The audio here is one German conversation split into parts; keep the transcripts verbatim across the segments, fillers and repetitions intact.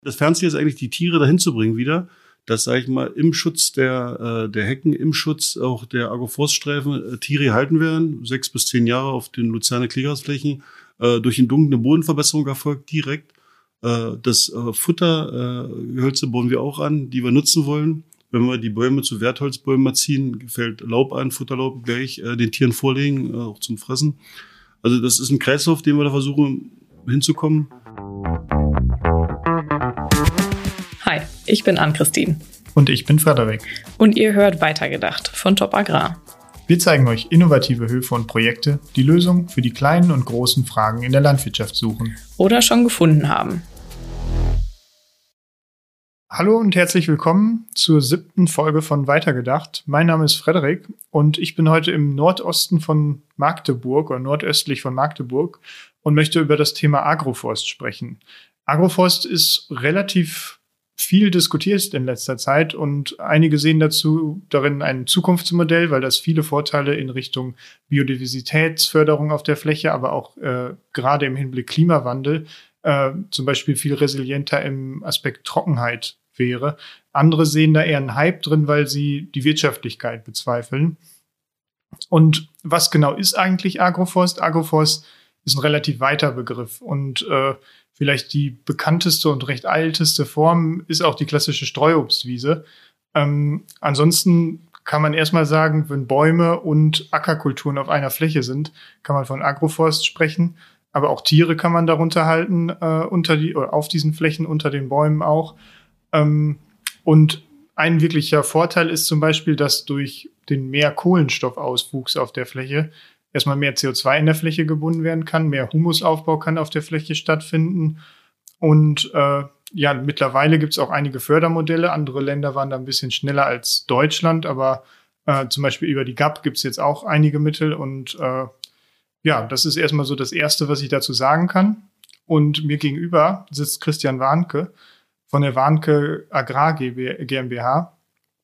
Das Fernziel ist eigentlich, die Tiere dahin zu bringen wieder, dass, sage ich mal, im Schutz der, äh, der Hecken, im Schutz auch der Agroforststreifen äh, Tiere gehalten werden, sechs bis zehn Jahre auf den Luzerner Kleegrasflächen, äh, durch den Dunkel eine Bodenverbesserung erfolgt direkt. Äh, das äh, Futtergehölze äh, bauen wir auch an, die wir nutzen wollen. Wenn wir die Bäume zu Wertholzbäumen erziehen, fällt Laub an, Futterlaub gleich äh, den Tieren vorlegen, äh, auch zum Fressen. Also das ist ein Kreislauf, den wir da versuchen hinzukommen. Hi, ich bin Ann-Christine. Und ich bin Frederik. Und ihr hört Weitergedacht von Top Agrar. Wir zeigen euch innovative Höfe und Projekte, die Lösungen für die kleinen und großen Fragen in der Landwirtschaft suchen. Oder schon gefunden haben. Hallo und herzlich willkommen zur siebten Folge von Weitergedacht. Mein Name ist Frederik und ich bin heute im Nordosten von Magdeburg oder nordöstlich von Magdeburg und möchte über das Thema Agroforst sprechen. Agroforst ist relativ viel diskutiert in letzter Zeit und einige sehen dazu darin ein Zukunftsmodell, weil das viele Vorteile in Richtung Biodiversitätsförderung auf der Fläche, aber auch äh, gerade im Hinblick Klimawandel, äh, zum Beispiel viel resilienter im Aspekt Trockenheit wäre. Andere sehen da eher einen Hype drin, weil sie die Wirtschaftlichkeit bezweifeln. Und was genau ist eigentlich Agroforst? Agroforst ist ein relativ weiter Begriff und äh, vielleicht die bekannteste und recht älteste Form ist auch die klassische Streuobstwiese. Ähm, ansonsten kann man erstmal sagen, wenn Bäume und Ackerkulturen auf einer Fläche sind, kann man von Agroforst sprechen. Aber auch Tiere kann man darunter halten, äh, unter die, oder auf diesen Flächen, unter den Bäumen auch. Ähm, und ein wirklicher Vorteil ist zum Beispiel, dass durch den mehr Kohlenstoffauswuchs auf der Fläche erstmal mehr C O zwei in der Fläche gebunden werden kann, mehr Humusaufbau kann auf der Fläche stattfinden. Und äh, ja, mittlerweile gibt es auch einige Fördermodelle. Andere Länder waren da ein bisschen schneller als Deutschland, aber äh, zum Beispiel über die G A P gibt es jetzt auch einige Mittel. Und äh, ja, das ist erstmal so das Erste, was ich dazu sagen kann. Und mir gegenüber sitzt Christian Warnke von der Warnke Agrar GmbH.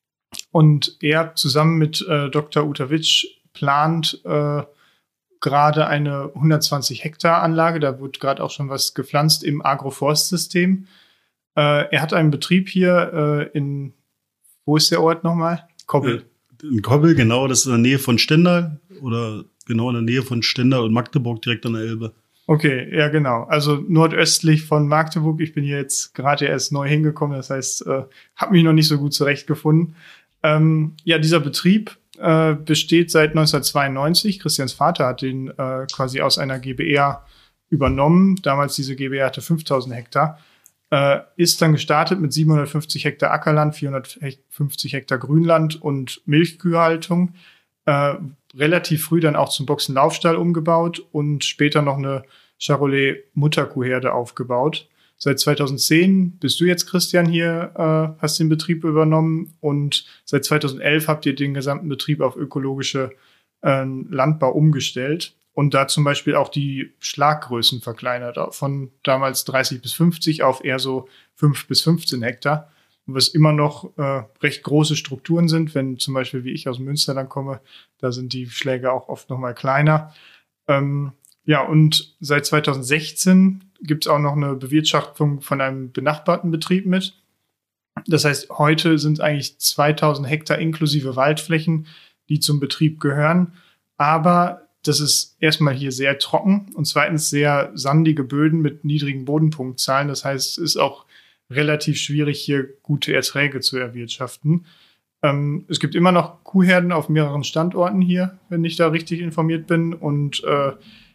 Und er zusammen mit äh, Doktor Uta Witsch plant äh, gerade eine hundertzwanzig Hektar Anlage, da wird gerade auch schon was gepflanzt im Agroforstsystem. Äh, er hat einen Betrieb hier äh, in, wo ist der Ort nochmal? Kobbel. In Kobbel, genau, das ist in der Nähe von Stendal oder genau in der Nähe von Stendal und Magdeburg, direkt an der Elbe. Okay, ja genau, also nordöstlich von Magdeburg. Ich bin hier jetzt gerade erst neu hingekommen, das heißt, äh, habe mich noch nicht so gut zurechtgefunden. Ähm, ja, dieser Betrieb äh, besteht seit neunzehnhundertzweiundneunzig. Christians Vater hat den äh, quasi aus einer GbR übernommen. Damals diese GbR hatte fünftausend Hektar. Äh, ist dann gestartet mit siebenhundertfünfzig Hektar Ackerland, vierhundertfünfzig Hektar Grünland und Milchkühhaltung. Äh, relativ früh dann auch zum Boxenlaufstall umgebaut und später noch eine Charolais-Mutterkuhherde aufgebaut. Seit zweitausendzehn bist du jetzt, Christian, hier, äh, hast den Betrieb übernommen und seit zweitausendelf habt ihr den gesamten Betrieb auf ökologische äh, Landbau umgestellt und da zum Beispiel auch die Schlaggrößen verkleinert, von damals dreißig bis fünfzig auf eher so fünf bis fünfzehn Hektar, was immer noch äh, recht große Strukturen sind. Wenn zum Beispiel, wie ich aus Münsterland komme, da sind die Schläge auch oft noch mal kleiner. Ähm, ja, und seit zweitausendsechzehn gibt es auch noch eine Bewirtschaftung von einem benachbarten Betrieb mit. Das heißt, heute sind eigentlich zweitausend Hektar inklusive Waldflächen, die zum Betrieb gehören. Aber das ist erstmal hier sehr trocken und zweitens sehr sandige Böden mit niedrigen Bodenpunktzahlen. Das heißt, es ist auch relativ schwierig, hier gute Erträge zu erwirtschaften. Ähm, es gibt immer noch Kuhherden auf mehreren Standorten hier, wenn ich da richtig informiert bin. Und äh,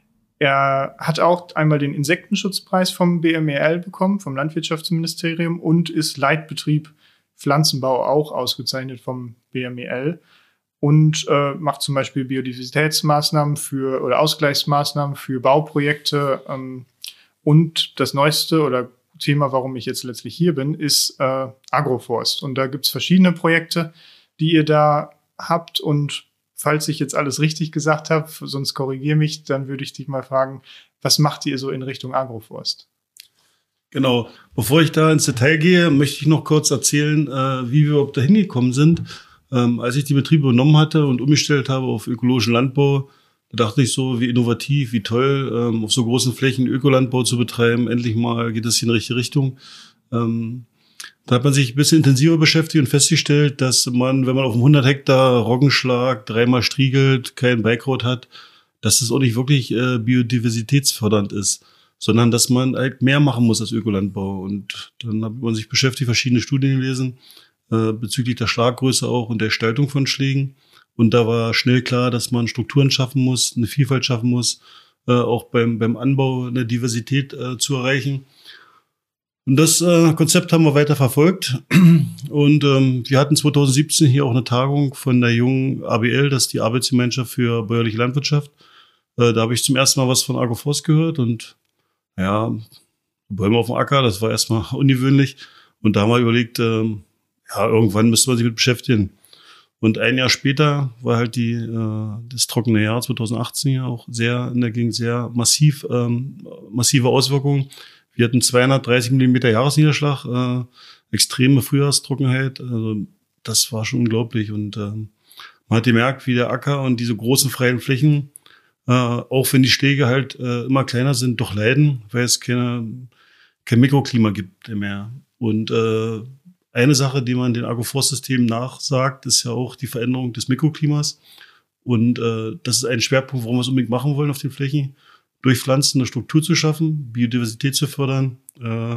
er hat auch einmal den Insektenschutzpreis vom B M E L bekommen, vom Landwirtschaftsministerium, und ist Leitbetrieb Pflanzenbau auch ausgezeichnet vom B M E L und äh, macht zum Beispiel Biodiversitätsmaßnahmen für oder Ausgleichsmaßnahmen für Bauprojekte. Ähm, und das Neueste oder Thema, warum ich jetzt letztlich hier bin, ist äh, Agroforst. Und da gibt's verschiedene Projekte, die ihr da habt. Und falls ich jetzt alles richtig gesagt habe, sonst korrigiere mich, dann würde ich dich mal fragen, was macht ihr so in Richtung Agroforst? Genau. Bevor ich da ins Detail gehe, möchte ich noch kurz erzählen, äh, wie wir überhaupt da hingekommen sind. Ähm, als ich die Betriebe übernommen hatte und umgestellt habe auf ökologischen Landbau, da dachte ich so, wie innovativ, wie toll, ähm, auf so großen Flächen Ökolandbau zu betreiben. Endlich mal geht das hier in die richtige Richtung. Ähm, da hat man sich ein bisschen intensiver beschäftigt und festgestellt, dass man, wenn man auf einem hundert Hektar Roggenschlag dreimal striegelt, kein Beikraut hat, dass das auch nicht wirklich äh, biodiversitätsfördernd ist, sondern dass man halt mehr machen muss als Ökolandbau. Und dann hat man sich beschäftigt, verschiedene Studien gelesen, äh, bezüglich der Schlaggröße auch und der Gestaltung von Schlägen. Und da war schnell klar, dass man Strukturen schaffen muss, eine Vielfalt schaffen muss, äh, auch beim, beim Anbau eine Diversität äh, zu erreichen. Und das äh, Konzept haben wir weiter verfolgt. Und ähm, wir hatten zwanzig siebzehn hier auch eine Tagung von der jungen A B L, das ist die Arbeitsgemeinschaft für bäuerliche Landwirtschaft. Äh, da habe ich zum ersten Mal was von Agroforst gehört und ja, Bäume auf dem Acker, das war erstmal ungewöhnlich. Und da haben wir überlegt, ähm, ja, irgendwann müsste man sich mit beschäftigen. Und ein Jahr später war halt die äh, das trockene Jahr zwanzig achtzehn ja auch sehr in der Gegend sehr massiv, ähm, massive Auswirkungen. Wir hatten zweihundertdreißig Millimeter Jahresniederschlag, äh, extreme Frühjahrstrockenheit. Also das war schon unglaublich. Und ähm, man hat gemerkt, wie der Acker und diese großen freien Flächen, äh, auch wenn die Schläge halt äh, immer kleiner sind, doch leiden, weil es keine, kein Mikroklima gibt mehr. Und äh, eine Sache, die man den Agroforstsystemen nachsagt, ist ja auch die Veränderung des Mikroklimas. Und äh, das ist ein Schwerpunkt, warum wir es unbedingt machen wollen auf den Flächen. Durch Pflanzen eine Struktur zu schaffen, Biodiversität zu fördern äh,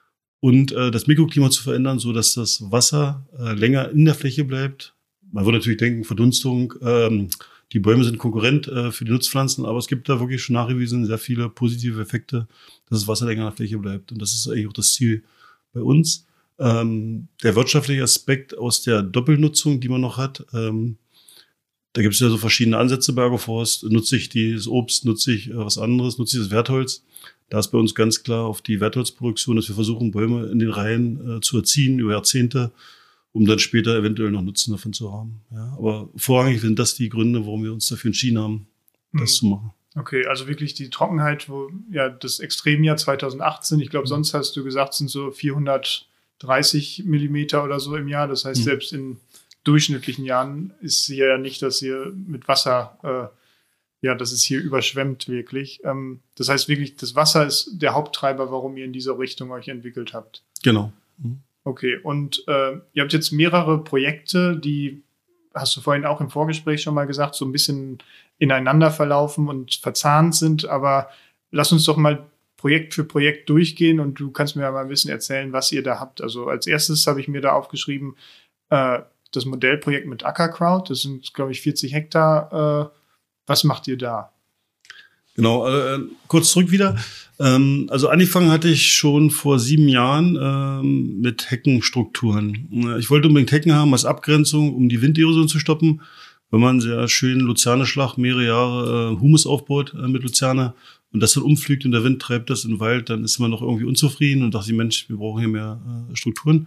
und äh, das Mikroklima zu verändern, so dass das Wasser äh, länger in der Fläche bleibt. Man würde natürlich denken, Verdunstung, ähm, die Bäume sind Konkurrent äh, für die Nutzpflanzen, aber es gibt da wirklich schon nachgewiesen sehr viele positive Effekte, dass das Wasser länger in der Fläche bleibt. Und das ist eigentlich auch das Ziel bei uns. Ähm, der wirtschaftliche Aspekt aus der Doppelnutzung, die man noch hat, ähm, da gibt es ja so verschiedene Ansätze bei Agroforst. Nutze ich das Obst, nutze ich was anderes, nutze ich das Wertholz. Da ist bei uns ganz klar auf die Wertholzproduktion, dass wir versuchen, Bäume in den Reihen äh, zu erziehen über Jahrzehnte, um dann später eventuell noch Nutzen davon zu haben. Ja, aber vorrangig sind das die Gründe, warum wir uns dafür entschieden haben, das mhm. zu machen. Okay, also wirklich die Trockenheit, wo ja das Extremjahr zwanzig achtzehn, ich glaube, sonst hast du gesagt, sind so vierhundertdreißig Millimeter oder so im Jahr. Das heißt, mhm. selbst in durchschnittlichen Jahren ist hier ja nicht, dass ihr mit Wasser, äh, ja, dass es hier überschwemmt wirklich. Ähm, das heißt wirklich, das Wasser ist der Haupttreiber, warum ihr in dieser Richtung euch entwickelt habt. Genau. Mhm. Okay, und äh, ihr habt jetzt mehrere Projekte, die, hast du vorhin auch im Vorgespräch schon mal gesagt, so ein bisschen ineinander verlaufen und verzahnt sind, aber lass uns doch mal Projekt für Projekt durchgehen und du kannst mir ja mal ein bisschen erzählen, was ihr da habt. Also als erstes habe ich mir da aufgeschrieben, äh, das Modellprojekt mit Ackerkraut, das sind, glaube ich, vierzig Hektar. Äh, was macht ihr da? Genau, äh, kurz zurück wieder. Ähm, also angefangen hatte ich schon vor sieben Jahren ähm, mit Heckenstrukturen. Ich wollte unbedingt Hecken haben als Abgrenzung, um die Winderosion zu stoppen. Wenn man sehr schön Luzerneschlag mehrere Jahre äh, Humus aufbaut äh, mit Luzerne und das dann umfliegt und der Wind treibt das in den Wald, dann ist man noch irgendwie unzufrieden und dachte, Mensch, wir brauchen hier mehr äh, Strukturen.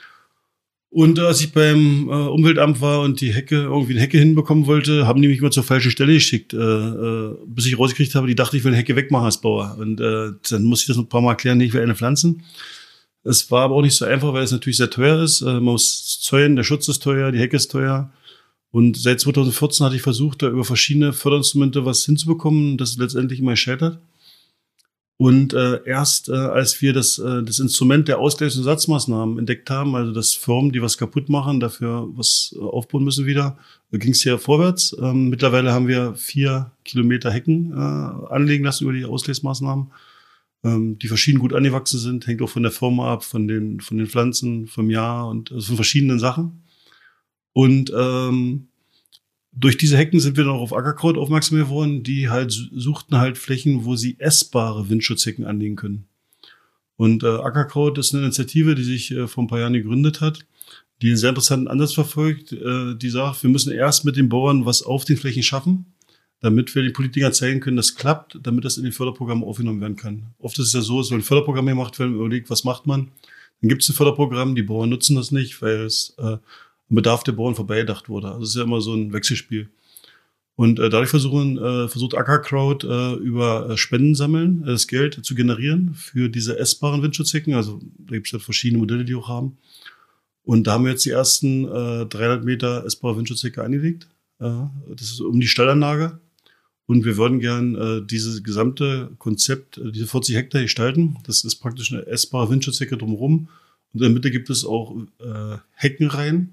Und als ich beim äh, Umweltamt war und die Hecke, irgendwie eine Hecke hinbekommen wollte, haben die mich immer zur falschen Stelle geschickt, äh, äh, bis ich rausgekriegt habe, die dachte, ich will eine Hecke wegmachen als Bauer. Und äh, dann musste ich das noch ein paar Mal erklären, nee, ich will eine pflanzen. Es war aber auch nicht so einfach, weil es natürlich sehr teuer ist. Äh, man muss zäunen, der Schutz ist teuer, die Hecke ist teuer. Und seit zwanzig vierzehn hatte ich versucht, da über verschiedene Förderinstrumente was hinzubekommen. Das ist letztendlich immer gescheitert. Und äh, erst äh, als wir das, äh, das Instrument der Ausgleichs- und Ersatzmaßnahmen entdeckt haben, also dass Firmen, die was kaputt machen, dafür was äh, aufbauen müssen wieder, da ging es ja vorwärts. Ähm, mittlerweile haben wir vier Kilometer Hecken äh, anlegen lassen über die Ausgleichsmaßnahmen, ähm, die verschieden gut angewachsen sind, hängt auch von der Firma ab, von den, von den Pflanzen, vom Jahr und also von verschiedenen Sachen. Und ähm, durch diese Hecken sind wir dann auch auf Ackerkraut aufmerksam geworden, die halt suchten halt Flächen, wo sie essbare Windschutzhecken anlegen können. Und äh, Ackerkraut ist eine Initiative, die sich äh, vor ein paar Jahren gegründet hat, die einen sehr interessanten Ansatz verfolgt, äh, die sagt, wir müssen erst mit den Bauern was auf den Flächen schaffen, damit wir den Politikern zeigen können, das klappt, damit das in den Förderprogrammen aufgenommen werden kann. Oft ist es ja so, es sollen Förderprogramme gemacht werden, man überlegt, was macht man? Dann gibt es ein Förderprogramm, die Bauern nutzen das nicht, weil es äh, Bedarf der Bauern vorbeigedacht wurde. Also es ist ja immer so ein Wechselspiel. Und äh, dadurch versuchen, äh, versucht Ackerkraut äh, über äh, Spenden sammeln, äh, das Geld zu generieren für diese essbaren Windschutzhecken. Also da gibt es halt verschiedene Modelle, die auch haben. Und da haben wir jetzt die ersten äh, dreihundert Meter essbare Windschutzhecke angelegt. Äh, das ist um die Stallanlage. Und wir würden gern äh, dieses gesamte Konzept, äh, diese vierzig Hektar gestalten. Das ist praktisch eine essbare Windschutzhecke drumherum. Und in der Mitte gibt es auch äh, Heckenreihen.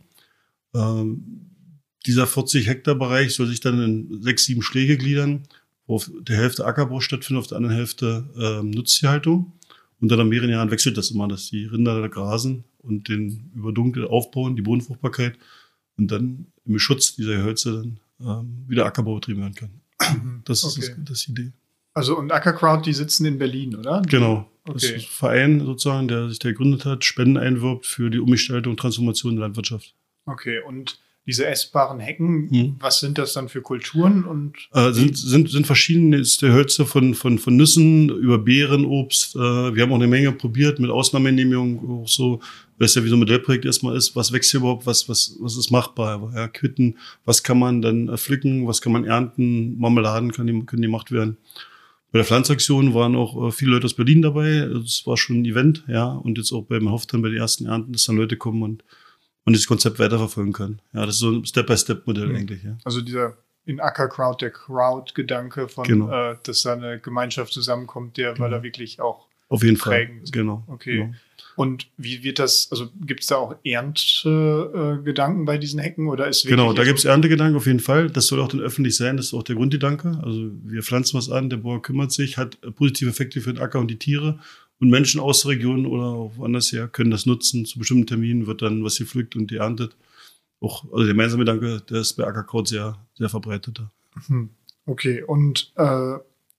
Ähm, dieser vierzig Hektar Bereich soll sich dann in sechs, sieben Schläge gliedern, wo auf der Hälfte Ackerbau stattfindet, auf der anderen Hälfte äh, Nutztierhaltung. Und dann nach mehreren Jahren wechselt das immer, dass die Rinder da grasen und den überdunkel aufbauen, die Bodenfruchtbarkeit. Und dann im Schutz dieser Hölzer dann ähm, wieder Ackerbau betrieben werden kann. Das ist, Okay. das, das ist die Idee. Also und Ackerkraut, die sitzen in Berlin, oder? Genau. Das Okay. ist ein Verein sozusagen, der sich da gegründet hat, Spenden einwirbt für die Umgestaltung und Transformation der Landwirtschaft. Okay, und diese essbaren Hecken, Mhm. was sind das dann für Kulturen? Und Äh, sind, sind, sind verschiedene Hölzer von, von, von Nüssen über Beeren, Obst. Äh, wir haben auch eine Menge probiert mit Ausnahmegenehmigung, auch so, weil es ja wie so ein Modellprojekt erstmal ist, was wächst hier überhaupt, was, was, was ist machbar, ja, Quitten, was kann man dann äh, pflücken, was kann man ernten, Marmeladen kann die, können die gemacht werden. Bei der Pflanzaktion waren auch äh, viele Leute aus Berlin dabei, das war schon ein Event, ja, und jetzt auch bei, man hofft dann bei den ersten Ernten, dass dann Leute kommen und und dieses Konzept weiterverfolgen können. Ja, das ist so ein Step-by-Step-Modell Mhm. eigentlich, ja. also dieser in Ackerkraut, der Crowd-Gedanke von, Genau. äh, dass da eine Gemeinschaft zusammenkommt, der war Genau. da wirklich auch Auf jeden Fall. prägend. Genau. Okay. Genau. Und wie wird das, also gibt es da auch Ernte-Gedanken äh, Gedanken bei diesen Hecken oder ist wirklich Genau, da also- gibt's Erntegedanken auf jeden Fall. Das soll auch dann öffentlich sein, das ist auch der Grundgedanke. Also wir pflanzen was an, der Bauer kümmert sich, hat äh, positive Effekte für den Acker und die Tiere. Und Menschen aus der Region oder auch woanders her können das nutzen. Zu bestimmten Terminen wird dann was gepflückt und geerntet. Auch, also der gemeinsame Gedanke, der ist bei Ackerkraut sehr, sehr verbreitet. Hm. Okay, und äh,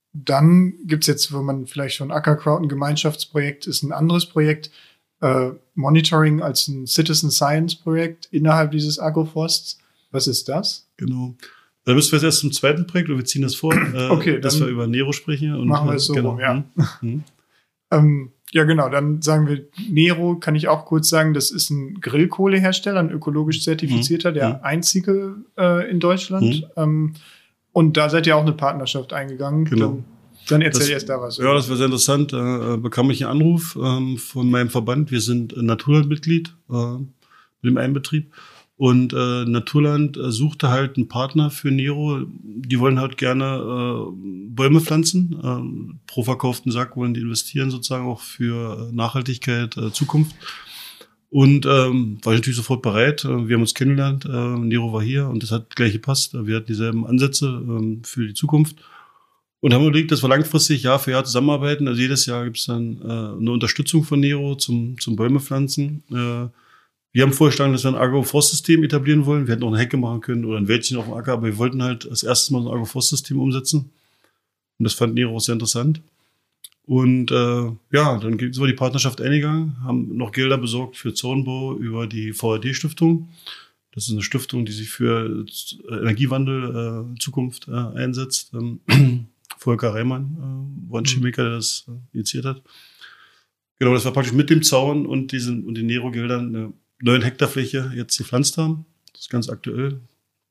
dann gibt's jetzt, wo man vielleicht schon Ackerkraut ein Gemeinschaftsprojekt ist, ein anderes Projekt, äh, Monitoring als ein Citizen Science Projekt innerhalb dieses Agroforsts. Was ist das? Genau. Da müssen wir jetzt erst zum zweiten Projekt und wir ziehen das vor, äh, Okay, dass dann wir über Nero sprechen. Und, machen wir es so genau. rum, ja. Mhm. Ähm, ja, genau, dann sagen wir, Nero, kann ich auch kurz sagen, das ist ein Grillkohlehersteller, ein ökologisch zertifizierter, Mhm. der Mhm. einzige äh, in Deutschland. Mhm. Ähm, und da seid ihr auch eine Partnerschaft eingegangen. Genau. Dann, dann erzähl Das- erst da was. Ja, das war sehr interessant. Da äh, bekam ich einen Anruf ähm, von meinem Verband. Wir sind äh, Naturlandmitglied äh, mit dem einen Betrieb. Und äh, Naturland äh, suchte halt einen Partner für Nero. Die wollen halt gerne äh, Bäume pflanzen. Ähm, pro verkauften Sack wollen die investieren sozusagen auch für äh, Nachhaltigkeit, äh, Zukunft. Und ähm, war ich natürlich sofort bereit. Äh, Wir haben uns kennengelernt. Äh, Nero war hier und das hat gleich gepasst. Wir hatten dieselben Ansätze ähm, für die Zukunft. Und haben überlegt, dass wir langfristig Jahr für Jahr zusammenarbeiten. Also jedes Jahr gibt es dann äh, eine Unterstützung von Nero zum, zum Bäume pflanzen. Äh, wir haben vorgeschlagen, dass wir ein Agroforstsystem etablieren wollen. Wir hätten auch eine Hecke machen können oder ein Wäldchen auf dem Acker, aber wir wollten halt als erstes mal so ein Agroforstsystem umsetzen. Und das fand Nero auch sehr interessant. Und äh, ja, dann sind wir die Partnerschaft eingegangen, haben noch Gelder besorgt für Zaunbau über die V R D-Stiftung. Das ist eine Stiftung, die sich für Energiewandel äh, Zukunft äh, einsetzt. Ähm, Volker Reimann äh, war ein Chemiker, der das äh, initiiert hat. Genau, das war praktisch mit dem Zaun und diesen und den Nero-Geldern eine neun Hektar Fläche jetzt gepflanzt haben. Das ist ganz aktuell.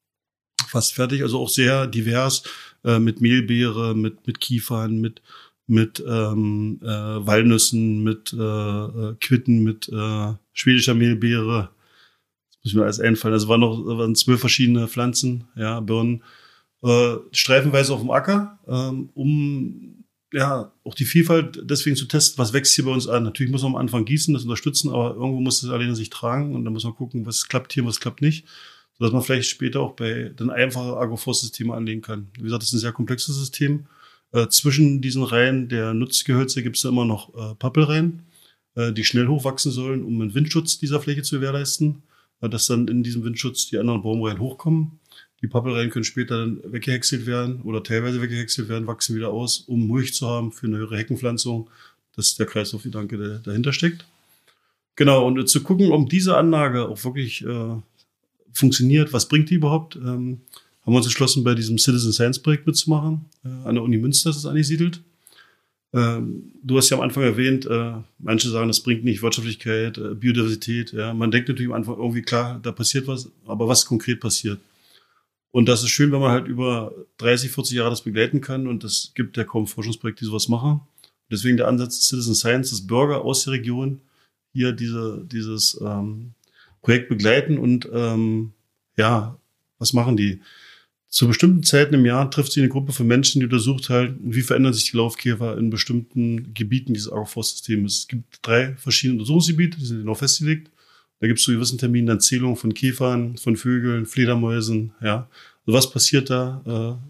Fast fertig, also auch sehr divers, äh, mit Mehlbeere, mit, mit Kiefern, mit, mit ähm, äh, Walnüssen, mit äh, äh, Quitten, mit äh, schwedischer Mehlbeere. Das muss mir alles einfallen. Also waren noch waren zwölf verschiedene Pflanzen, ja, Birnen, äh, streifenweise auf dem Acker, ähm, um ja auch die Vielfalt deswegen zu testen, was wächst hier bei uns an. Natürlich muss man am Anfang gießen, das unterstützen, aber irgendwo muss es alleine sich tragen und dann muss man gucken, was klappt hier, was klappt nicht, sodass man vielleicht später auch bei den einfachen Agroforstsysteme anlegen kann. Wie gesagt, das ist ein sehr komplexes System. Äh, zwischen diesen Reihen der Nutzgehölze gibt es immer noch äh, Pappelreihen, äh, die schnell hochwachsen sollen, um einen Windschutz dieser Fläche zu gewährleisten, äh, dass dann in diesem Windschutz die anderen Baumreihen hochkommen. Die Pappelreihen können später dann weggehäckselt werden oder teilweise weggehäckselt werden, wachsen wieder aus, um Mulch zu haben für eine höhere Heckenpflanzung. Das ist der Kreislaufgedanke, der dahinter steckt. Genau, und zu gucken, ob diese Anlage auch wirklich äh, funktioniert, was bringt die überhaupt, ähm, haben wir uns entschlossen, bei diesem Citizen Science Projekt mitzumachen. Äh, an der Uni Münster ist es angesiedelt. Ähm, du hast ja am Anfang erwähnt, äh, manche sagen, das bringt nicht Wirtschaftlichkeit, äh, Biodiversität. Ja. Man denkt natürlich am Anfang irgendwie, klar, da passiert was, aber was konkret passiert. Und das ist schön, wenn man halt über dreißig, vierzig Jahre das begleiten kann. Und das gibt ja kaum Forschungsprojekte, die sowas machen. Deswegen der Ansatz des Citizen Science, dass Bürger aus der Region hier diese, dieses ähm, Projekt begleiten. Und ähm, ja, was machen die? Zu bestimmten Zeiten im Jahr trifft sich eine Gruppe von Menschen, die untersucht halt, wie verändern sich die Laufkäfer in bestimmten Gebieten dieses Agroforstsystems. Es gibt drei verschiedene Untersuchungsgebiete, die sind noch festgelegt. Da gibt es zu gewissen Terminen dann Zählungen von Käfern, von Vögeln, Fledermäusen, ja. Also was passiert da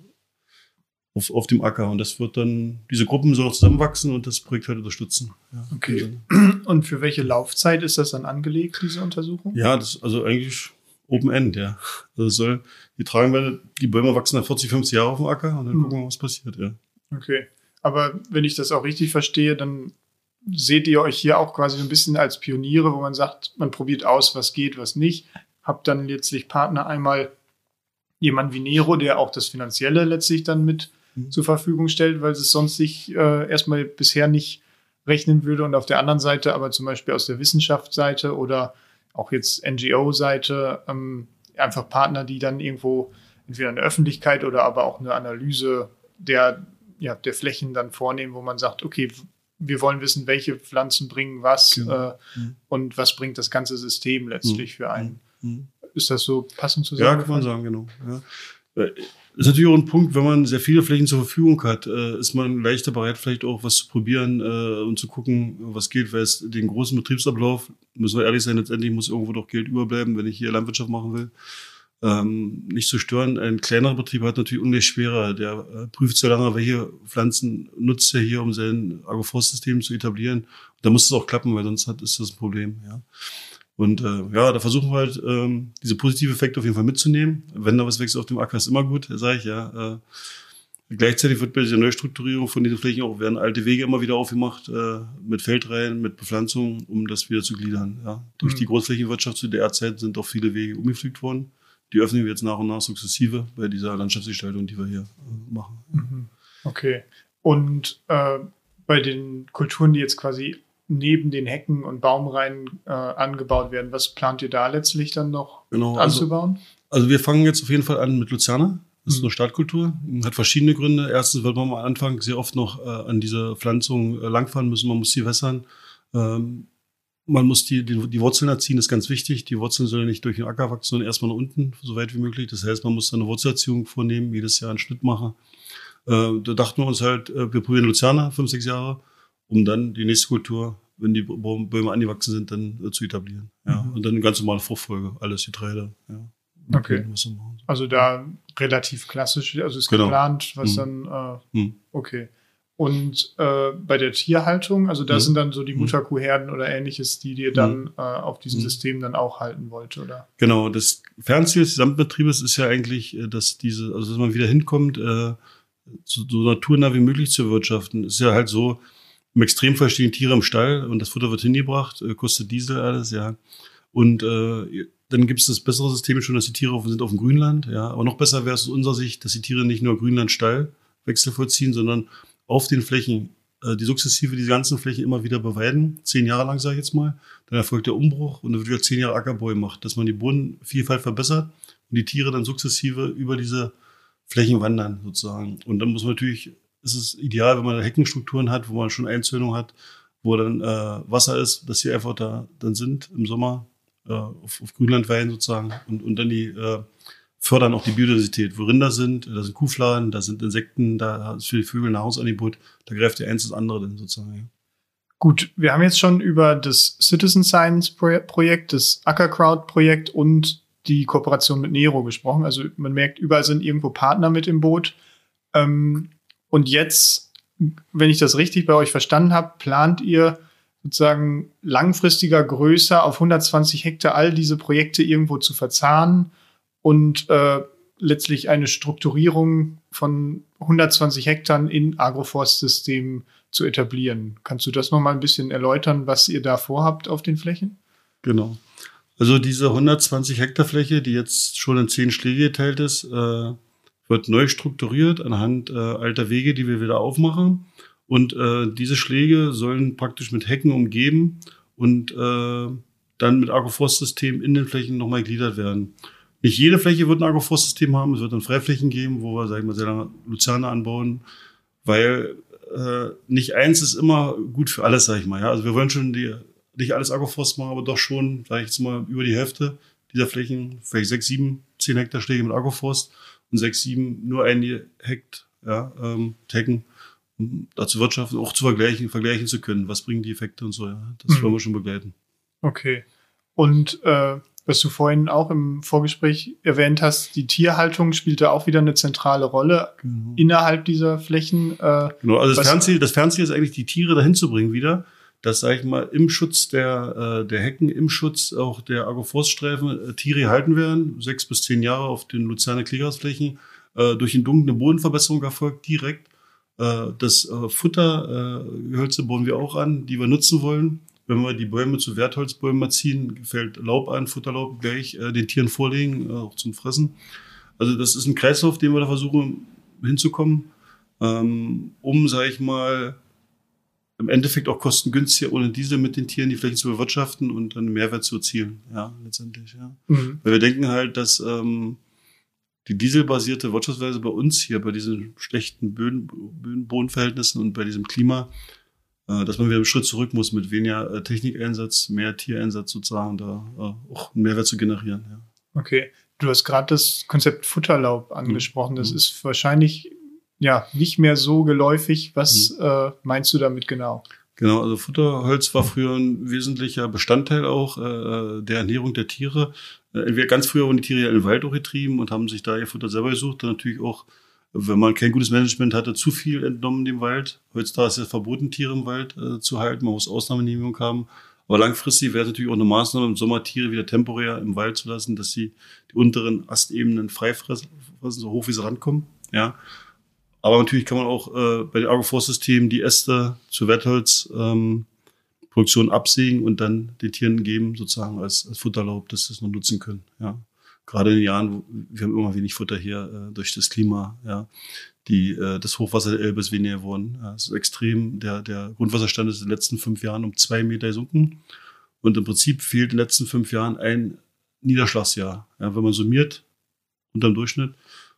äh, auf, auf dem Acker? Und das wird dann, diese Gruppen sollen zusammenwachsen und das Projekt halt unterstützen. Ja. Okay. Und für welche Laufzeit ist das dann angelegt, diese Untersuchung? Ja, das also eigentlich Open End, ja. Also es soll, die tragen werden, die Bäume wachsen dann vierzig, fünfzig Jahre auf dem Acker und dann mhm. gucken wir, was passiert, ja. Okay. Aber wenn ich das auch richtig verstehe, dann seht ihr euch hier auch quasi so ein bisschen als Pioniere, wo man sagt, man probiert aus, was geht, was nicht. Habt dann letztlich Partner einmal jemand wie Nero, der auch das Finanzielle letztlich dann mit mhm. zur Verfügung stellt, weil es sonst sich äh, erstmal bisher nicht rechnen würde. Und auf der anderen Seite aber zum Beispiel aus der Wissenschaftsseite oder auch jetzt N G O-Seite, ähm, einfach Partner, die dann irgendwo entweder eine Öffentlichkeit oder aber auch eine Analyse der, ja, der Flächen dann vornehmen, wo man sagt, okay, wir wollen wissen, welche Pflanzen bringen was genau. äh, mhm. und was bringt das ganze System letztlich mhm. für einen. Mhm. Ist das so passend zusammen? Ja, kann man sagen, genau. Ja. Ist natürlich auch ein Punkt, wenn man sehr viele Flächen zur Verfügung hat, äh, ist man leichter bereit, vielleicht auch was zu probieren äh, und zu gucken, was geht, weil es den großen Betriebsablauf, müssen wir ehrlich sein, letztendlich muss irgendwo doch Geld überbleiben, wenn ich hier Landwirtschaft machen will, ähm, nicht zu stören. Ein kleinerer Betrieb hat natürlich ungleich schwerer, der äh, prüft so lange, welche Pflanzen nutzt er hier, um sein Agroforstsystem zu etablieren. Da muss es auch klappen, weil sonst hat, ist das ein Problem, ja. Und äh, ja, da versuchen wir halt, ähm, diese positive Effekte auf jeden Fall mitzunehmen. Wenn da was wächst auf dem Acker, ist immer gut, sage ich, ja. Äh, gleichzeitig wird bei dieser Neustrukturierung von diesen Flächen auch, werden alte Wege immer wieder aufgemacht, äh, mit Feldreihen, mit Bepflanzung, um das wieder zu gliedern, ja. Durch mhm. die Großflächenwirtschaft zu der Zeit sind auch viele Wege umgepflügt worden. Die öffnen wir jetzt nach und nach sukzessive bei dieser Landschaftsgestaltung, die wir hier äh, machen. Mhm. Okay. Und äh, bei den Kulturen, die jetzt quasi neben den Hecken und Baumreihen äh, angebaut werden. Was plant ihr da letztlich dann noch genau, anzubauen? Also, also wir fangen jetzt auf jeden Fall an mit Luzerne. Das ist Mhm. eine Startkultur. Hat verschiedene Gründe. Erstens wird man am Anfang sehr oft noch äh, an dieser Pflanzung äh, langfahren müssen. Man muss sie wässern. Ähm, man muss die, die, die Wurzeln erziehen, das ist ganz wichtig. Die Wurzeln sollen nicht durch den Acker wachsen, sondern erstmal nach unten, so weit wie möglich. Das heißt, man muss dann eine Wurzelerziehung vornehmen, jedes Jahr einen Schnitt machen. Äh, da dachten wir uns halt, äh, wir probieren Luzerne, fünf, sechs Jahre, um dann die nächste Kultur, wenn die Bäume angewachsen sind, dann äh, zu etablieren. Ja. Mhm. Und dann eine ganz normale Fruchtfolge, alles Getreide. Ja. Okay. Also da relativ klassisch, also ist Genau. geplant, was Mhm. dann, äh, Mhm. okay. Und äh, bei der Tierhaltung, also da Mhm. sind dann so die Mhm. Mutterkuhherden oder ähnliches, die ihr dann Mhm. äh, auf diesem Mhm. System dann auch halten wollt, oder? Genau, das Fernziel des Gesamtbetriebes ist ja eigentlich, äh, dass diese, also dass man wieder hinkommt, äh, so, so naturnah wie möglich zu wirtschaften. Ist ja halt so, im Extremfall stehen Tiere im Stall und das Futter wird hingebracht, äh, kostet Diesel alles, ja. Und äh, dann gibt es das bessere System schon, dass die Tiere auf, sind auf dem Grünland, ja. Aber noch besser wäre es aus unserer Sicht, dass die Tiere nicht nur Grünland-Stall-Wechsel vollziehen, sondern auf den Flächen, äh, die sukzessive diese ganzen Flächen immer wieder beweiden, zehn Jahre lang, sage ich jetzt mal. Dann erfolgt der Umbruch und dann wird wieder zehn Jahre Ackerbau gemacht, dass man die Bodenvielfalt verbessert und die Tiere dann sukzessive über diese Flächen wandern, sozusagen. Und dann muss man natürlich, ist es ideal, wenn man Heckenstrukturen hat, wo man schon Einzäunung hat, wo dann äh, Wasser ist, dass sie einfach da dann sind im Sommer äh, auf, auf Grünlandweihen sozusagen und, und dann die äh, fördern auch die Biodiversität. Wo Rinder sind, da sind Kuhfladen, da sind Insekten, da ist für die Vögel Nahrungsangebot, da greift die eins das andere dann sozusagen. Ja. Gut, wir haben jetzt schon über das Citizen Science Projekt, das Ackercrowd Projekt und die Kooperation mit Nero gesprochen. Also man merkt, überall sind irgendwo Partner mit im Boot. Ähm, und jetzt, wenn ich das richtig bei euch verstanden habe, plant ihr sozusagen langfristiger, größer auf hundertzwanzig Hektar all diese Projekte irgendwo zu verzahnen und äh, letztlich eine Strukturierung von hundertzwanzig Hektar in Agroforstsystemen zu etablieren. Kannst du das noch mal ein bisschen erläutern, was ihr da vorhabt auf den Flächen? Genau. Also diese hundertzwanzig Hektar Fläche, die jetzt schon in zehn Schläge geteilt ist, äh, wird neu strukturiert anhand äh, alter Wege, die wir wieder aufmachen. Und äh, diese Schläge sollen praktisch mit Hecken umgeben und äh, dann mit Agroforstsystem in den Flächen nochmal gegliedert werden. Nicht jede Fläche wird ein Agroforstsystem haben. Es wird dann Freiflächen geben, wo wir, sagen wir mal, sehr lange Luzerne anbauen, weil äh, nicht eins ist immer gut für alles, sag ich mal. Ja? Also wir wollen schon die, nicht alles Agroforst machen, aber doch schon, sage ich jetzt mal, über die Hälfte dieser Flächen, vielleicht sechs, sieben, zehn Hektar Schläge mit Agroforst. und sechs, sieben nur eingehackt, ja, ähm, taggen, um dazu wirtschaften, auch zu vergleichen, vergleichen zu können. Was bringen die Effekte und so, ja. Das mhm. wollen wir schon begleiten. Okay. Und äh, was du vorhin auch im Vorgespräch erwähnt hast, die Tierhaltung spielt da auch wieder eine zentrale Rolle genau. innerhalb dieser Flächen. Äh, genau, also das Fernziel, das Fernziel ist eigentlich, die Tiere dahin zu bringen wieder, dass, sag ich mal, im Schutz der, äh, der Hecken, im Schutz auch der Agroforststreifen äh, Tiere gehalten werden, sechs bis zehn Jahre auf den Luzerner Kleegrasflächen, äh, durch den Dunkel eine Bodenverbesserung erfolgt, direkt. Äh, das äh, Futtergehölze äh, bauen wir auch an, die wir nutzen wollen. Wenn wir die Bäume zu Wertholzbäumen ziehen, fällt Laub an, Futterlaub gleich äh, den Tieren vorlegen, äh, auch zum Fressen. Also das ist ein Kreislauf, den wir da versuchen hinzukommen, ähm, um, sage ich mal, im Endeffekt auch kostengünstiger ohne Diesel mit den Tieren die Flächen zu bewirtschaften und dann einen Mehrwert zu erzielen. Ja, letztendlich. Ja. Mhm. Weil wir denken halt, dass ähm, die dieselbasierte Wirtschaftsweise bei uns hier, bei diesen schlechten Böden, Böden, Bodenverhältnissen und bei diesem Klima, dass man wieder einen Schritt zurück muss mit weniger äh, Technikeinsatz, mehr Tiereinsatz sozusagen, da äh, auch einen Mehrwert zu generieren. Ja. Okay, du hast gerade das Konzept Futterlaub angesprochen. Mhm. Das ist wahrscheinlich ja nicht mehr so geläufig. Was mhm. äh, meinst du damit genau? Genau, also Futterholz war früher ein wesentlicher Bestandteil auch äh, der Ernährung der Tiere. Äh, ganz früher wurden die Tiere ja in den Wald auch getrieben und haben sich da ihr Futter selber gesucht. Dann natürlich auch, wenn man kein gutes Management hatte, zu viel entnommen dem Wald. Heutzutage ist es verboten, Tiere im Wald äh, zu halten. Man muss Ausnahmegenehmigung haben. Aber langfristig wäre es natürlich auch eine Maßnahme, im Sommer Tiere wieder temporär im Wald zu lassen, dass sie die unteren Astebenen frei fressen, so hoch wie sie rankommen. Ja. Aber natürlich kann man auch äh, bei den Agroforstsystemen die Äste zur Wertholzproduktion ähm, absägen und dann den Tieren geben, sozusagen als, als Futterlaub, dass sie es noch nutzen können. Ja. Gerade in den Jahren, wo wir haben immer wenig Futter hier äh, durch das Klima, ja, die äh, das Hochwasser der Elbe ist weniger geworden. Ja, es ist extrem. Der der Grundwasserstand ist in den letzten fünf Jahren um zwei Meter gesunken und im Prinzip fehlt in den letzten fünf Jahren ein Niederschlagsjahr, ja, wenn man summiert unterm Durchschnitt.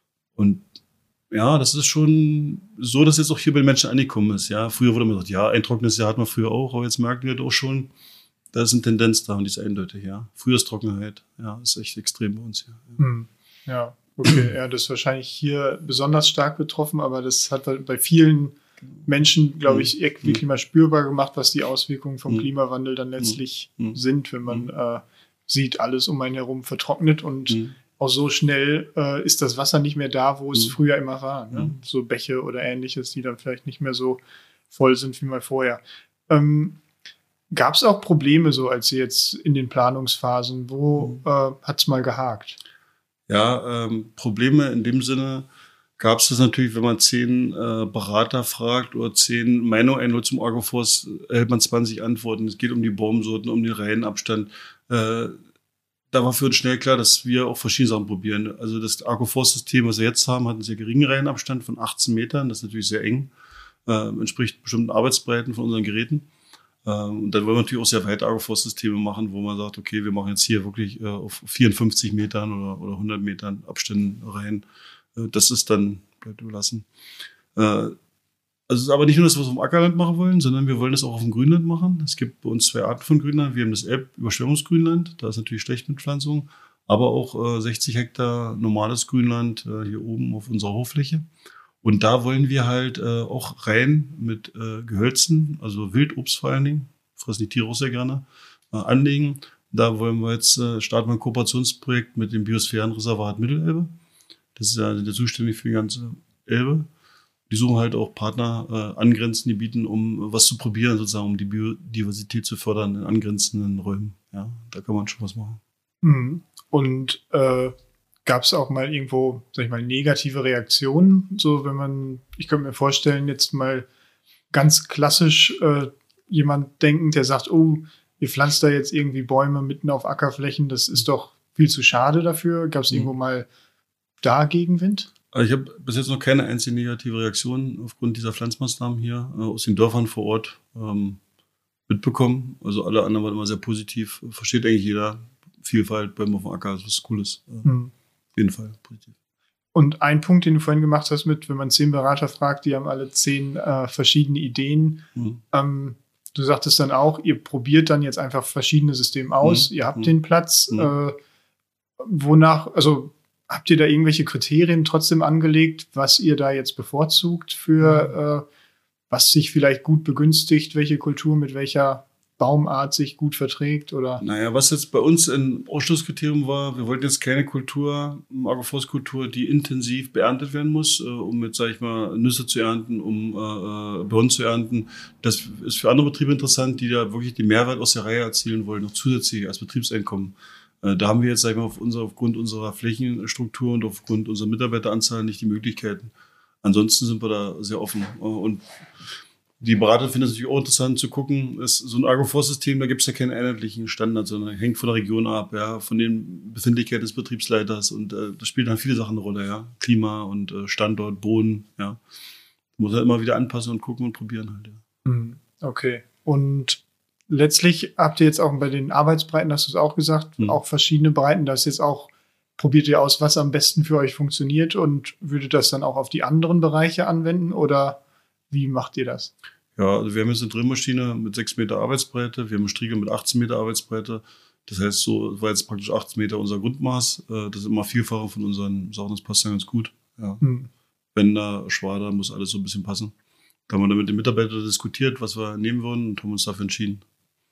Und ja, das ist schon so, dass jetzt auch hier bei den Menschen angekommen ist. Ja, früher wurde man gesagt, ja, ein trockenes Jahr hat man früher auch, aber jetzt merken wir doch schon, da ist eine Tendenz da und die ist eindeutig, ja. Frühjahrstrockenheit, ja, ist echt extrem bei uns hier. Ja, hm. ja okay, ja, das ist wahrscheinlich hier besonders stark betroffen, aber das hat bei vielen Menschen, glaube ich, wirklich mal spürbar gemacht, was die Auswirkungen vom mhm. Klimawandel dann letztlich mhm. sind, wenn man mhm. äh, sieht, alles um einen herum vertrocknet und mhm. auch so schnell äh, ist das Wasser nicht mehr da, wo es mhm. früher immer war. Ne? Mhm. So Bäche oder Ähnliches, die dann vielleicht nicht mehr so voll sind wie mal vorher. Ähm, Gab es auch Probleme so, als Sie jetzt in den Planungsphasen, wo äh, hat es mal gehakt? Ja, ähm, Probleme in dem Sinne gab es das natürlich, wenn man zehn äh, Berater fragt oder zehn Meinungen einholt zum Agroforst, erhält man zwanzig Antworten. Es geht um die Baumsorten, um den Reihenabstand. Äh, da war für uns schnell klar, dass wir auch verschiedene Sachen probieren. Also das Agroforstsystem, was wir jetzt haben, hat einen sehr geringen Reihenabstand von achtzehn Metern. Das ist natürlich sehr eng. Äh, entspricht bestimmten Arbeitsbreiten von unseren Geräten. Und dann wollen wir natürlich auch sehr weite Agroforstsysteme machen, wo man sagt, okay, wir machen jetzt hier wirklich äh, auf vierundfünfzig Metern oder, oder hundert Metern Abständen rein. Äh, das ist dann, bleibt überlassen. Äh, also es ist aber nicht nur das, was wir auf dem Ackerland machen wollen, sondern wir wollen das auch auf dem Grünland machen. Es gibt bei uns zwei Arten von Grünland. Wir haben das Elb-Überschwemmungsgrünland, da ist natürlich schlecht mit Pflanzung, aber auch äh, sechzig Hektar normales Grünland äh, hier oben auf unserer Hochfläche. Und da wollen wir halt äh, auch rein mit äh, Gehölzen, also Wildobst vor allen Dingen, fressen die Tiere auch sehr gerne, äh, anlegen. Da wollen wir jetzt äh, starten wir ein Kooperationsprojekt mit dem Biosphärenreservat Mittelelbe. Das ist ja der zuständig für die ganze Elbe. Die suchen halt auch Partner äh, angrenzende Gebieten, um was zu probieren, sozusagen, um die Biodiversität zu fördern in angrenzenden Räumen. Ja, da kann man schon was machen. Mhm. Und äh gab es auch mal irgendwo, sag ich mal, negative Reaktionen? So, wenn man, ich könnte mir vorstellen, jetzt mal ganz klassisch äh, jemand denken, der sagt, oh, ihr pflanzt da jetzt irgendwie Bäume mitten auf Ackerflächen, das ist doch viel zu schade dafür. Gab es mhm. irgendwo mal da Gegenwind? Also ich habe bis jetzt noch keine einzige negative Reaktion aufgrund dieser Pflanzmaßnahmen hier äh, aus den Dörfern vor Ort ähm, mitbekommen. Also alle anderen waren immer sehr positiv. Versteht eigentlich jeder Vielfalt beim auf dem Acker, das ist Cooles. Äh, mhm. Auf jeden Fall positiv. Und ein Punkt, den du vorhin gemacht hast mit, wenn man zehn Berater fragt, die haben alle zehn äh, verschiedene Ideen. Mhm. Ähm, du sagtest dann auch, ihr probiert dann jetzt einfach verschiedene Systeme aus. Mhm. Ihr habt mhm. den Platz. Mhm. Äh, wonach, also habt ihr da irgendwelche Kriterien trotzdem angelegt, was ihr da jetzt bevorzugt für, äh, was sich vielleicht gut begünstigt, welche Kultur mit welcher Baumart sich gut verträgt? Oder? Naja, was jetzt bei uns ein Ausschlusskriterium war, wir wollten jetzt keine Kultur, Agroforstkultur, die intensiv beerntet werden muss, äh, um jetzt, sag ich mal, Nüsse zu ernten, um äh, Birnen zu ernten. Das ist für andere Betriebe interessant, die da wirklich den Mehrwert aus der Reihe erzielen wollen, noch zusätzlich als Betriebseinkommen. Äh, da haben wir jetzt, sag ich mal, auf unser, aufgrund unserer Flächenstruktur und aufgrund unserer Mitarbeiteranzahl nicht die Möglichkeiten. Ansonsten sind wir da sehr offen. Äh, und die Berater finden es natürlich auch interessant zu gucken, ist so ein Agroforstsystem, da gibt es ja keinen einheitlichen Standard, sondern hängt von der Region ab, ja, von den Befindlichkeiten des Betriebsleiters und äh, da spielen dann viele Sachen eine Rolle, ja, Klima und äh, Standort, Boden, ja, muss halt immer wieder anpassen und gucken und probieren halt, ja. Okay. Und letztlich habt ihr jetzt auch bei den Arbeitsbreiten, hast du es auch gesagt, mhm. auch verschiedene Breiten, das jetzt auch probiert ihr aus, was am besten für euch funktioniert und würdet das dann auch auf die anderen Bereiche anwenden oder wie macht ihr das? Ja, also wir haben jetzt eine Drillmaschine mit sechs Meter Arbeitsbreite, wir haben einen Strieger mit achtzehn Meter Arbeitsbreite. Das heißt, so war jetzt praktisch achtzehn Meter unser Grundmaß. Das ist immer Vielfache von unseren Sachen, das passt dann ganz gut. Ja. Hm. Bänder, Schwader, muss alles so ein bisschen passen. Da haben wir dann mit den Mitarbeitern diskutiert, was wir nehmen wollen und haben uns dafür entschieden.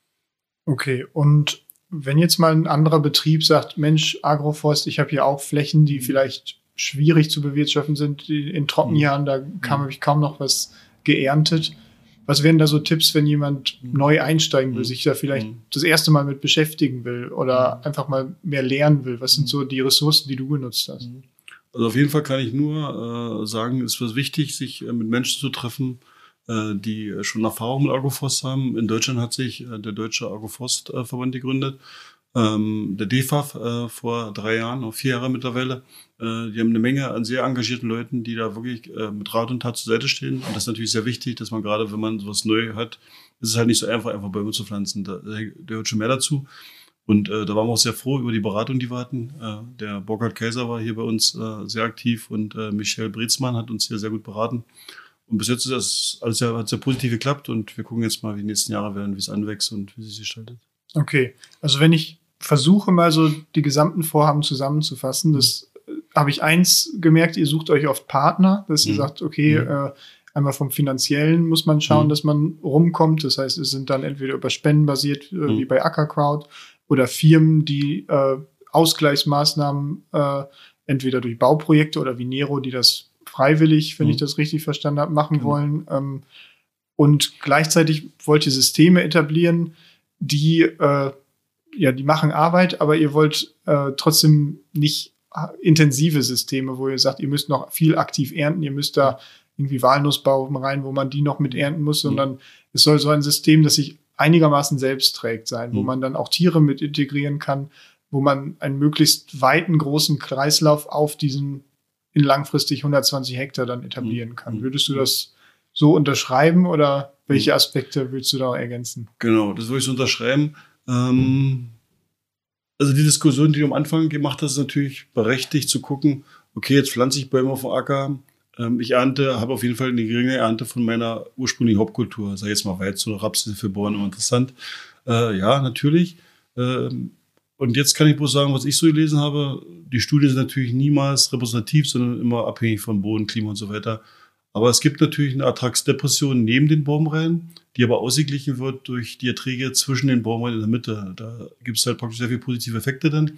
Okay, und wenn jetzt mal ein anderer Betrieb sagt, Mensch, Agroforst, ich habe hier auch Flächen, die vielleicht schwierig zu bewirtschaften sind in Trockenjahren, da kam, habe ich kaum noch was geerntet. Was wären da so Tipps, wenn jemand mhm. neu einsteigen will, mhm. sich da vielleicht mhm. das erste Mal mit beschäftigen will oder mhm. einfach mal mehr lernen will? Was sind so die Ressourcen, die du genutzt hast? Also auf jeden Fall kann ich nur äh, sagen, es ist wichtig, sich äh, mit Menschen zu treffen, äh, die schon Erfahrung mit Agroforst haben. In Deutschland hat sich äh, der Deutsche Agroforstverband gegründet. Ähm, der D F A F äh, vor drei Jahren, auch vier Jahre mittlerweile. Äh, die haben eine Menge an sehr engagierten Leuten, die da wirklich äh, mit Rat und Tat zur Seite stehen. Und das ist natürlich sehr wichtig, dass man gerade, wenn man sowas neu hat, ist es halt nicht so einfach, einfach Bäume zu pflanzen. Da, da gehört schon mehr dazu. Und äh, da waren wir auch sehr froh über die Beratung, die wir hatten. Äh, der Burkhard Kaiser war hier bei uns äh, sehr aktiv und äh, Michel Brezmann hat uns hier sehr gut beraten. Und bis jetzt ist das alles sehr, hat sehr positiv geklappt und wir gucken jetzt mal, wie die nächsten Jahre werden, wie es anwächst und wie es sich gestaltet. Okay, also wenn ich versuche mal so die gesamten Vorhaben zusammenzufassen, das äh, habe ich eins gemerkt, ihr sucht euch oft Partner, dass ihr mhm. sagt, okay, mhm. äh, einmal vom Finanziellen muss man schauen, mhm. dass man rumkommt. Das heißt, es sind dann entweder über Spenden basiert, äh, mhm. wie bei Ackerkraut, oder Firmen, die äh, Ausgleichsmaßnahmen äh, entweder durch Bauprojekte oder wie Nero, die das freiwillig, wenn mhm. ich das richtig verstanden habe, machen mhm. wollen. Ähm, und gleichzeitig wollt ihr Systeme etablieren, die äh, ja, die machen Arbeit, aber ihr wollt äh, trotzdem nicht intensive Systeme, wo ihr sagt, ihr müsst noch viel aktiv ernten, ihr müsst da irgendwie Walnussbaum rein, wo man die noch mit ernten muss, sondern mhm. es soll so ein System, das sich einigermaßen selbst trägt sein, mhm. wo man dann auch Tiere mit integrieren kann, wo man einen möglichst weiten, großen Kreislauf auf diesen in langfristig hundertzwanzig Hektar dann etablieren kann. Mhm. Würdest du das so unterschreiben oder welche Aspekte willst du da ergänzen? Genau, das würde ich so unterschreiben. Ähm, also die Diskussion, die du am Anfang gemacht hast, ist natürlich berechtigt zu gucken, okay, jetzt pflanze ich Bäume auf dem Acker, ähm, ich ernte, habe auf jeden Fall eine geringe Ernte von meiner ursprünglichen Hauptkultur, sag jetzt mal Weizen oder Raps, für Bauern immer interessant. Äh, ja, natürlich. Ähm, und jetzt kann ich bloß sagen, was ich so gelesen habe, die Studien sind natürlich niemals repräsentativ, sondern immer abhängig von Boden, Klima und so weiter. Aber es gibt natürlich eine Ertragsdepression neben den Baumreihen, die aber ausgeglichen wird durch die Erträge zwischen den Baumreihen in der Mitte. Da gibt es halt praktisch sehr viele positive Effekte dann,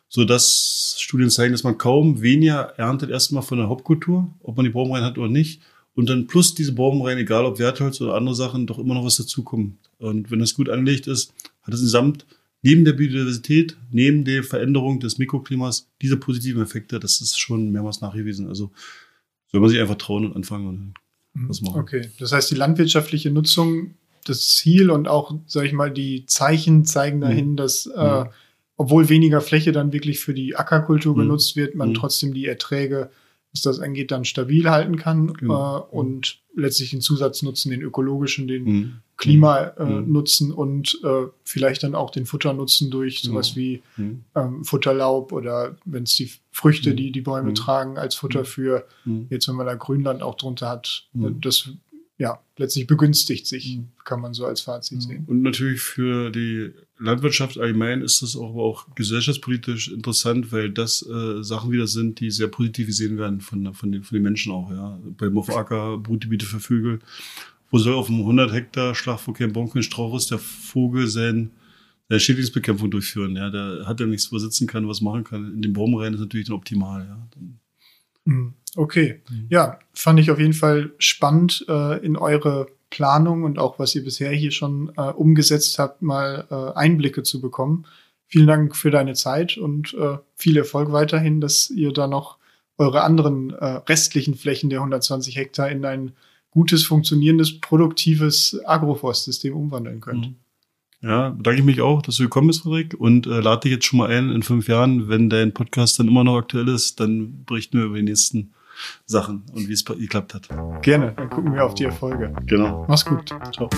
sodass Studien zeigen, dass man kaum weniger erntet erstmal von der Hauptkultur, ob man die Baumreihen hat oder nicht. Und dann plus diese Baumreihen, egal ob Wertholz oder andere Sachen, doch immer noch was dazukommt. Und wenn das gut angelegt ist, hat es insgesamt neben der Biodiversität, neben der Veränderung des Mikroklimas diese positiven Effekte. Das ist schon mehrmals nachgewiesen. Also soll man sich einfach trauen und anfangen und was machen. Okay, das heißt, die landwirtschaftliche Nutzung, das Ziel und auch, sag ich mal, die Zeichen zeigen dahin, mhm. dass, mhm. Äh, obwohl weniger Fläche dann wirklich für die Ackerkultur mhm. genutzt wird, man mhm. trotzdem die Erträge, was das angeht, dann stabil halten kann genau. äh, und letztlich den Zusatznutzen, den ökologischen, den mhm. Klimanutzen äh, mhm. und äh, vielleicht dann auch den Futternutzen durch sowas mhm. wie mhm. ähm, Futterlaub oder wenn es die Früchte, die die Bäume mhm. tragen, als Futter für, mhm. jetzt wenn man da Grünland auch drunter hat, mhm. das ja letztlich begünstigt sich, mhm. kann man so als Fazit mhm. sehen. Und natürlich für die Landwirtschaft allgemein ist das auch, aber auch gesellschaftspolitisch interessant, weil das äh, Sachen wieder sind, die sehr positiv gesehen werden von, von, den, von den Menschen auch. Ja. Beim auf Acker, Brutgebiete für Vögel. Wo soll auf einem hundert Hektar Schlag, wo kein Baum, kein Strauch ist, der Vogel sein, seine Schädlingsbekämpfung durchführen? Ja. Der hat ja nichts, wo er sitzen kann, was machen kann. In den Baum rein ist natürlich dann optimal. Ja. Dann okay, mhm. ja, fand ich auf jeden Fall spannend, äh, in eure Planung und auch was ihr bisher hier schon äh, umgesetzt habt, mal äh, Einblicke zu bekommen. Vielen Dank für deine Zeit und äh, viel Erfolg weiterhin, dass ihr da noch eure anderen äh, restlichen Flächen der hundertzwanzig Hektar in ein gutes, funktionierendes, produktives Agroforstsystem umwandeln könnt. Ja, bedanke ich mich auch, dass du gekommen bist, Frederik, und äh, lade dich jetzt schon mal ein in fünf Jahren, wenn dein Podcast dann immer noch aktuell ist, dann berichten wir über die nächsten Sachen und wie es geklappt hat. Gerne, dann gucken wir auf die Erfolge. Genau. Mach's gut. Ciao.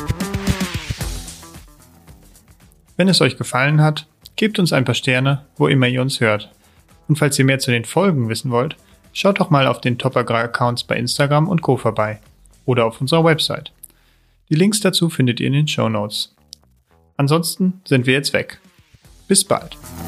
Wenn es euch gefallen hat, gebt uns ein paar Sterne, wo immer ihr uns hört. Und falls ihr mehr zu den Folgen wissen wollt, schaut doch mal auf den Top Agrar Accounts bei Instagram und Co. vorbei oder auf unserer Website. Die Links dazu findet ihr in den Shownotes. Ansonsten sind wir jetzt weg. Bis bald.